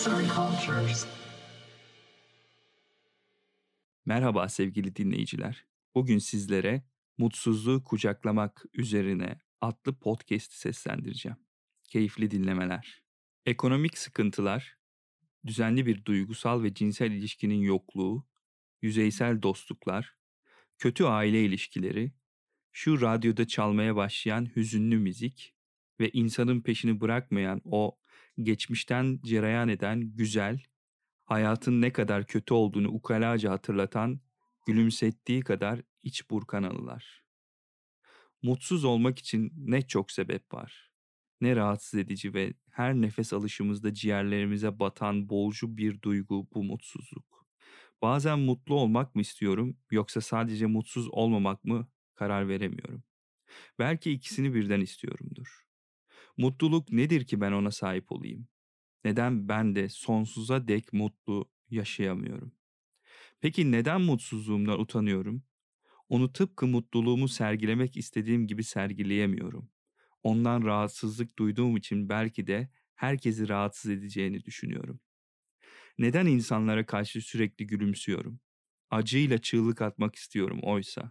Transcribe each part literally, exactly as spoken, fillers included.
Merhaba sevgili dinleyiciler. Bugün sizlere Mutsuzluğu Kucaklamak Üzerine adlı podcast'i seslendireceğim. Keyifli dinlemeler. Ekonomik sıkıntılar, düzenli bir duygusal ve cinsel ilişkinin yokluğu, yüzeysel dostluklar, kötü aile ilişkileri, şu radyoda çalmaya başlayan hüzünlü müzik ve insanın peşini bırakmayan o geçmişten cereyan eden güzel, hayatın ne kadar kötü olduğunu ukalaca hatırlatan, gülümsettiği kadar iç burkan anılar. Mutsuz olmak için ne çok sebep var. Ne rahatsız edici ve her nefes alışımızda ciğerlerimize batan boğucu bir duygu bu mutsuzluk. Bazen mutlu olmak mı istiyorum yoksa sadece mutsuz olmamak mı karar veremiyorum. Belki ikisini birden istiyorumdur. Mutluluk nedir ki ben ona sahip olayım? Neden ben de sonsuza dek mutlu yaşayamıyorum? Peki neden mutsuzluğumdan utanıyorum? Onu tıpkı mutluluğumu sergilemek istediğim gibi sergileyemiyorum. Ondan rahatsızlık duyduğum için belki de herkesi rahatsız edeceğini düşünüyorum. Neden insanlara karşı sürekli gülümsüyorum? Acıyla çığlık atmak istiyorum oysa.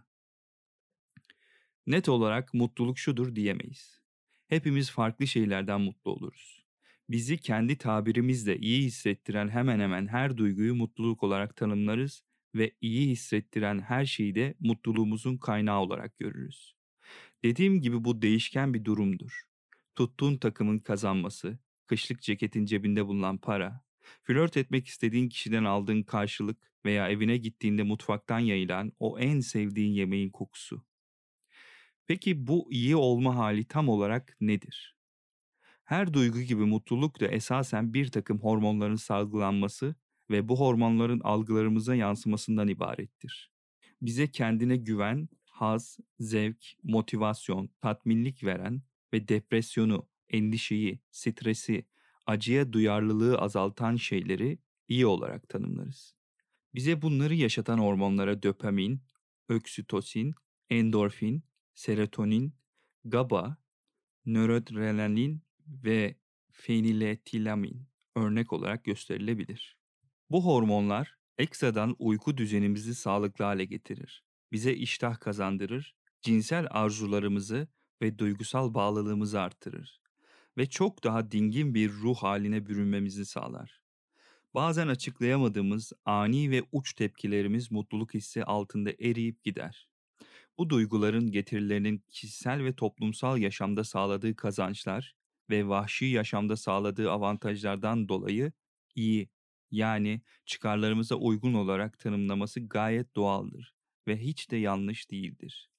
Net olarak mutluluk şudur diyemeyiz. Hepimiz farklı şeylerden mutlu oluruz. Bizi kendi tabirimizle iyi hissettiren hemen hemen her duyguyu mutluluk olarak tanımlarız ve iyi hissettiren her şeyi de mutluluğumuzun kaynağı olarak görürüz. Dediğim gibi bu değişken bir durumdur. Tuttuğun takımın kazanması, kışlık ceketin cebinde bulunan para, flört etmek istediğin kişiden aldığın karşılık veya evine gittiğinde mutfaktan yayılan o en sevdiğin yemeğin kokusu. Peki bu iyi olma hali tam olarak nedir? Her duygu gibi mutluluk da esasen bir takım hormonların salgılanması ve bu hormonların algılarımıza yansımasından ibarettir. Bize kendine güven, haz, zevk, motivasyon, tatminlik veren ve depresyonu, endişeyi, stresi, acıya duyarlılığı azaltan şeyleri iyi olarak tanımlarız. Bize bunları yaşatan hormonlara dopamin, oksitosin, endorfin, serotonin, GABA, nöradrenalin ve feniletilamin örnek olarak gösterilebilir. Bu hormonlar ekstradan uyku düzenimizi sağlıklı hale getirir. Bize iştah kazandırır, cinsel arzularımızı ve duygusal bağlılığımızı artırır ve çok daha dingin bir ruh haline bürünmemizi sağlar. Bazen açıklayamadığımız ani ve uç tepkilerimiz mutluluk hissi altında eriyip gider. Bu duyguların getirilerinin kişisel ve toplumsal yaşamda sağladığı kazançlar ve vahşi yaşamda sağladığı avantajlardan dolayı iyi, yani çıkarlarımıza uygun olarak tanımlaması gayet doğaldır ve hiç de yanlış değildir.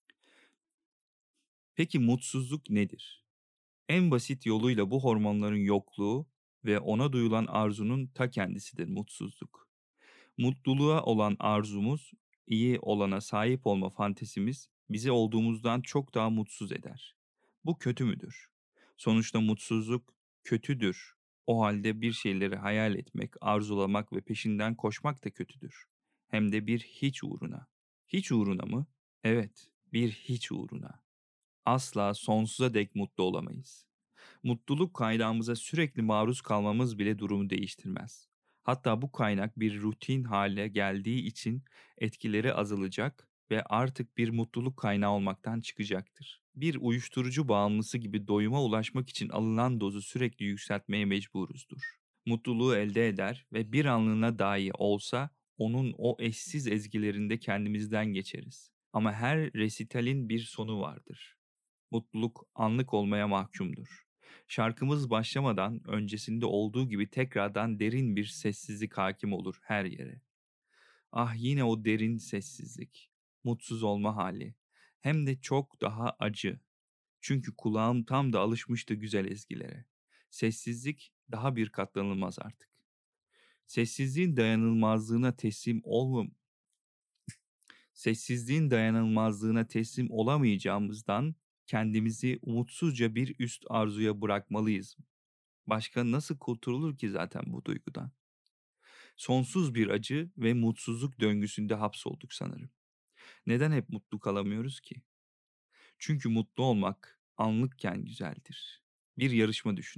Peki mutsuzluk nedir? En basit yoluyla bu hormonların yokluğu ve ona duyulan arzunun ta kendisidir mutsuzluk. Mutluluğa olan arzumuz, iyi olana sahip olma fantezimiz bizi olduğumuzdan çok daha mutsuz eder. Bu kötü müdür? Sonuçta mutsuzluk kötüdür. O halde bir şeyleri hayal etmek, arzulamak ve peşinden koşmak da kötüdür. Hem de bir hiç uğruna. Hiç uğruna mı? Evet, bir hiç uğruna. Asla sonsuza dek mutlu olamayız. Mutluluk kaynağımıza sürekli maruz kalmamız bile durumu değiştirmez. Hatta bu kaynak bir rutin hale geldiği için etkileri azalacak ve artık bir mutluluk kaynağı olmaktan çıkacaktır. Bir uyuşturucu bağımlısı gibi doyuma ulaşmak için alınan dozu sürekli yükseltmeye mecburuzdur. Mutluluğu elde eder ve bir anlığına dahi olsa onun o eşsiz ezgilerinde kendimizden geçeriz. Ama her resitalin bir sonu vardır. Mutluluk anlık olmaya mahkumdur. Şarkımız başlamadan öncesinde olduğu gibi tekrardan derin bir sessizlik hakim olur her yere. Ah yine o derin sessizlik, mutsuz olma hali. Hem de çok daha acı. Çünkü kulağım tam da alışmıştı güzel ezgilere. Sessizlik daha bir katlanılmaz artık. Sessizliğin dayanılmazlığına teslim olmam Sessizliğin dayanılmazlığına teslim olamayacağımızdan kendimizi umutsuzca bir üst arzuya bırakmalıyız. Başka nasıl kurtulur ki zaten bu duygudan? Sonsuz bir acı ve mutsuzluk döngüsünde hapsolduk sanırım. Neden hep mutlu kalamıyoruz ki? Çünkü mutlu olmak anlıkken güzeldir. Bir yarışma düşünün.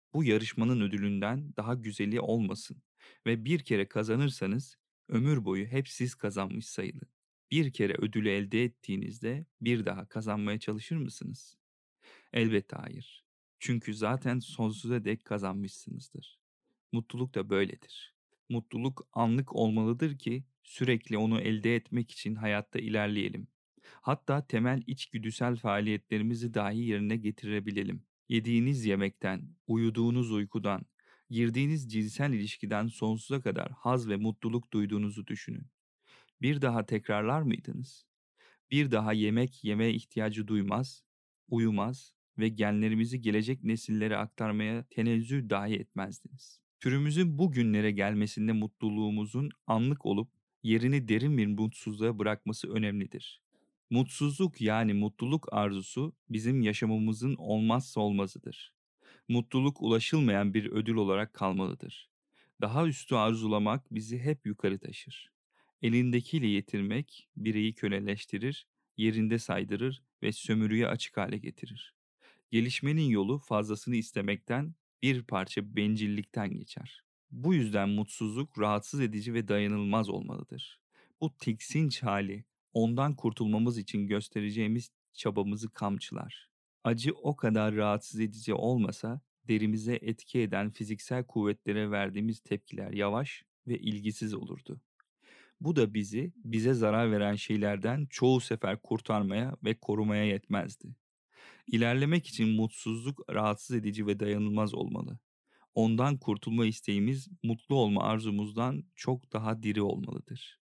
Bu yarışmanın ödülünden daha güzeli olmasın ve bir kere kazanırsanız ömür boyu hep siz kazanmış sayılın. Bir kere ödülü elde ettiğinizde bir daha kazanmaya çalışır mısınız? Elbette hayır. Çünkü zaten sonsuza dek kazanmışsınızdır. Mutluluk da böyledir. Mutluluk anlık olmalıdır ki sürekli onu elde etmek için hayatta ilerleyelim. Hatta temel içgüdüsel faaliyetlerimizi dahi yerine getirebilelim. Yediğiniz yemekten, uyuduğunuz uykudan, girdiğiniz cinsel ilişkiden sonsuza kadar haz ve mutluluk duyduğunuzu düşünün. Bir daha tekrarlar mıydınız? Bir daha yemek yemeye ihtiyacı duymaz, uyumaz ve genlerimizi gelecek nesillere aktarmaya tenezzül dahi etmezdiniz. Türümüzün bu günlere gelmesinde mutluluğumuzun anlık olup yerini derin bir mutsuzluğa bırakması önemlidir. Mutsuzluk yani mutluluk arzusu bizim yaşamımızın olmazsa olmazıdır. Mutluluk ulaşılmayan bir ödül olarak kalmalıdır. Daha üstü arzulamak bizi hep yukarı taşır. Elindekiyle yetinmek bireyi köleleştirir, yerinde saydırır ve sömürüye açık hale getirir. Gelişmenin yolu fazlasını istemekten, bir parça bencillikten geçer. Bu yüzden mutsuzluk rahatsız edici ve dayanılmaz olmalıdır. Bu tiksinç hali ondan kurtulmamız için göstereceğimiz çabamızı kamçılar. Acı o kadar rahatsız edici olmasa derimize etki eden fiziksel kuvvetlere verdiğimiz tepkiler yavaş ve ilgisiz olurdu. Bu da bizi bize zarar veren şeylerden çoğu sefer kurtarmaya ve korumaya yetmezdi. İlerlemek için mutsuzluk rahatsız edici ve dayanılmaz olmalı. Ondan kurtulma isteğimiz mutlu olma arzumuzdan çok daha diri olmalıdır.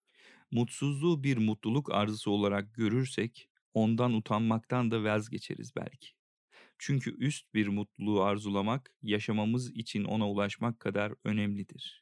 Mutsuzluğu bir mutluluk arzusu olarak görürsek ondan utanmaktan da vazgeçeriz belki. Çünkü üst bir mutluluğu arzulamak yaşamamız için ona ulaşmak kadar önemlidir.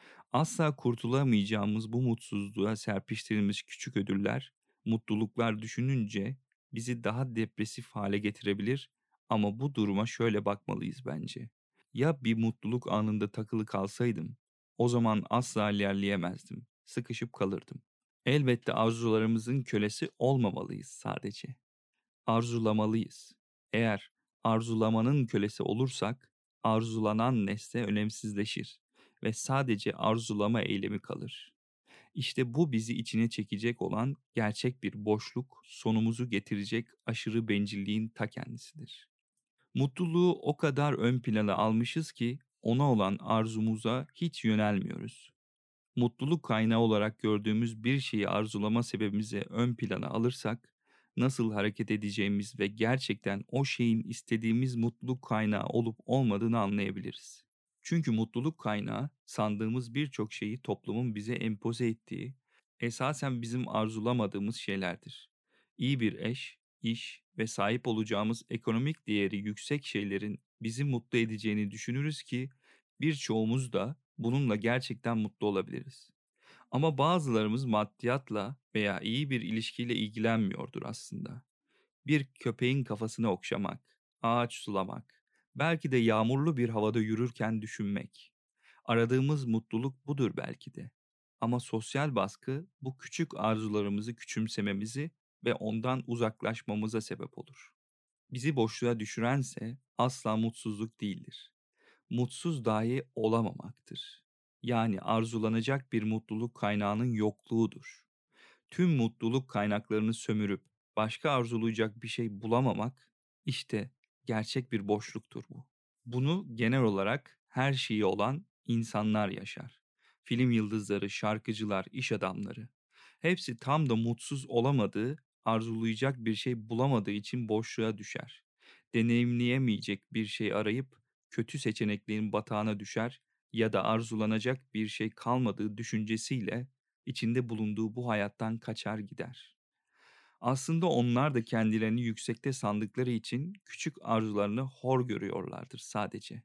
Asla kurtulamayacağımız bu mutsuzluğa serpiştirilmiş küçük ödüller, mutluluklar düşününce bizi daha depresif hale getirebilir ama bu duruma şöyle bakmalıyız bence. Ya bir mutluluk anında takılı kalsaydım, o zaman asla ilerleyemezdim, sıkışıp kalırdım. Elbette arzularımızın kölesi olmamalıyız sadece. Arzulamalıyız. Eğer arzulamanın kölesi olursak, arzulanan nesne önemsizleşir ve sadece arzulama eylemi kalır. İşte bu bizi içine çekecek olan gerçek bir boşluk, sonumuzu getirecek aşırı bencilliğin ta kendisidir. Mutluluğu o kadar ön plana almışız ki ona olan arzumuza hiç yönelmiyoruz. Mutluluk kaynağı olarak gördüğümüz bir şeyi arzulama sebebimizi ön plana alırsak, nasıl hareket edeceğimiz ve gerçekten o şeyin istediğimiz mutluluk kaynağı olup olmadığını anlayabiliriz. Çünkü mutluluk kaynağı sandığımız birçok şeyi toplumun bize empoze ettiği, esasen bizim arzulamadığımız şeylerdir. İyi bir eş, iş ve sahip olacağımız ekonomik değeri yüksek şeylerin bizi mutlu edeceğini düşünürüz ki birçoğumuz da bununla gerçekten mutlu olabiliriz. Ama bazılarımız maddiyatla veya iyi bir ilişkiyle ilgilenmiyordur aslında. Bir köpeğin kafasını okşamak, ağaç sulamak, belki de yağmurlu bir havada yürürken düşünmek. Aradığımız mutluluk budur belki de. Ama sosyal baskı bu küçük arzularımızı küçümsememizi ve ondan uzaklaşmamıza sebep olur. Bizi boşluğa düşürense asla mutsuzluk değildir. Mutsuz dahi olamamaktır. Yani arzulanacak bir mutluluk kaynağının yokluğudur. Tüm mutluluk kaynaklarını sömürüp başka arzulayacak bir şey bulamamak işte gerçek bir boşluktur bu. Bunu genel olarak her şeyi olan insanlar yaşar. Film yıldızları, şarkıcılar, iş adamları. Hepsi tam da mutsuz olamadığı, arzulayacak bir şey bulamadığı için boşluğa düşer. Deneyimleyemeyecek bir şey arayıp kötü seçeneklerin batağına düşer ya da arzulanacak bir şey kalmadığı düşüncesiyle içinde bulunduğu bu hayattan kaçar gider. Aslında onlar da kendilerini yüksekte sandıkları için küçük arzularını hor görüyorlardır sadece.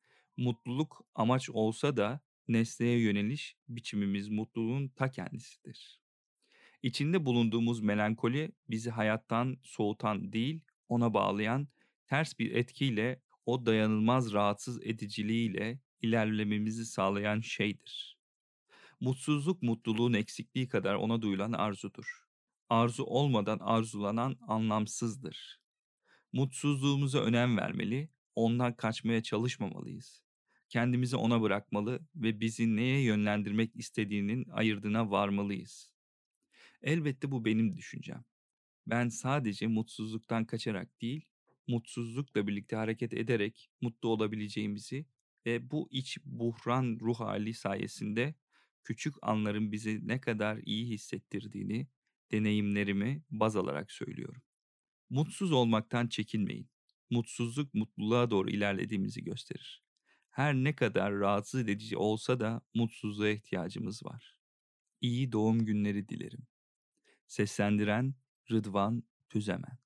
Mutluluk amaç olsa da nesneye yöneliş biçimimiz mutluluğun ta kendisidir. İçinde bulunduğumuz melankoli bizi hayattan soğutan değil, ona bağlayan ters bir etkiyle o dayanılmaz rahatsız ediciliğiyle ilerlememizi sağlayan şeydir. Mutsuzluk mutluluğun eksikliği kadar ona duyulan arzudur. Arzu olmadan arzulanan anlamsızdır. Mutsuzluğumuza önem vermeli, ondan kaçmaya çalışmamalıyız. Kendimizi ona bırakmalı ve bizi neye yönlendirmek istediğinin ayırdına varmalıyız. Elbette bu benim düşüncem. Ben sadece mutsuzluktan kaçarak değil, mutsuzlukla birlikte hareket ederek mutlu olabileceğimizi ve bu iç buhran ruh hali sayesinde küçük anların bizi ne kadar iyi hissettirdiğini deneyimlerimi baz alarak söylüyorum. Mutsuz olmaktan çekinmeyin. Mutsuzluk mutluluğa doğru ilerlediğimizi gösterir. Her ne kadar rahatsız edici olsa da mutsuzluğa ihtiyacımız var. İyi doğum günleri dilerim. Seslendiren Rıdvan Tüzemen.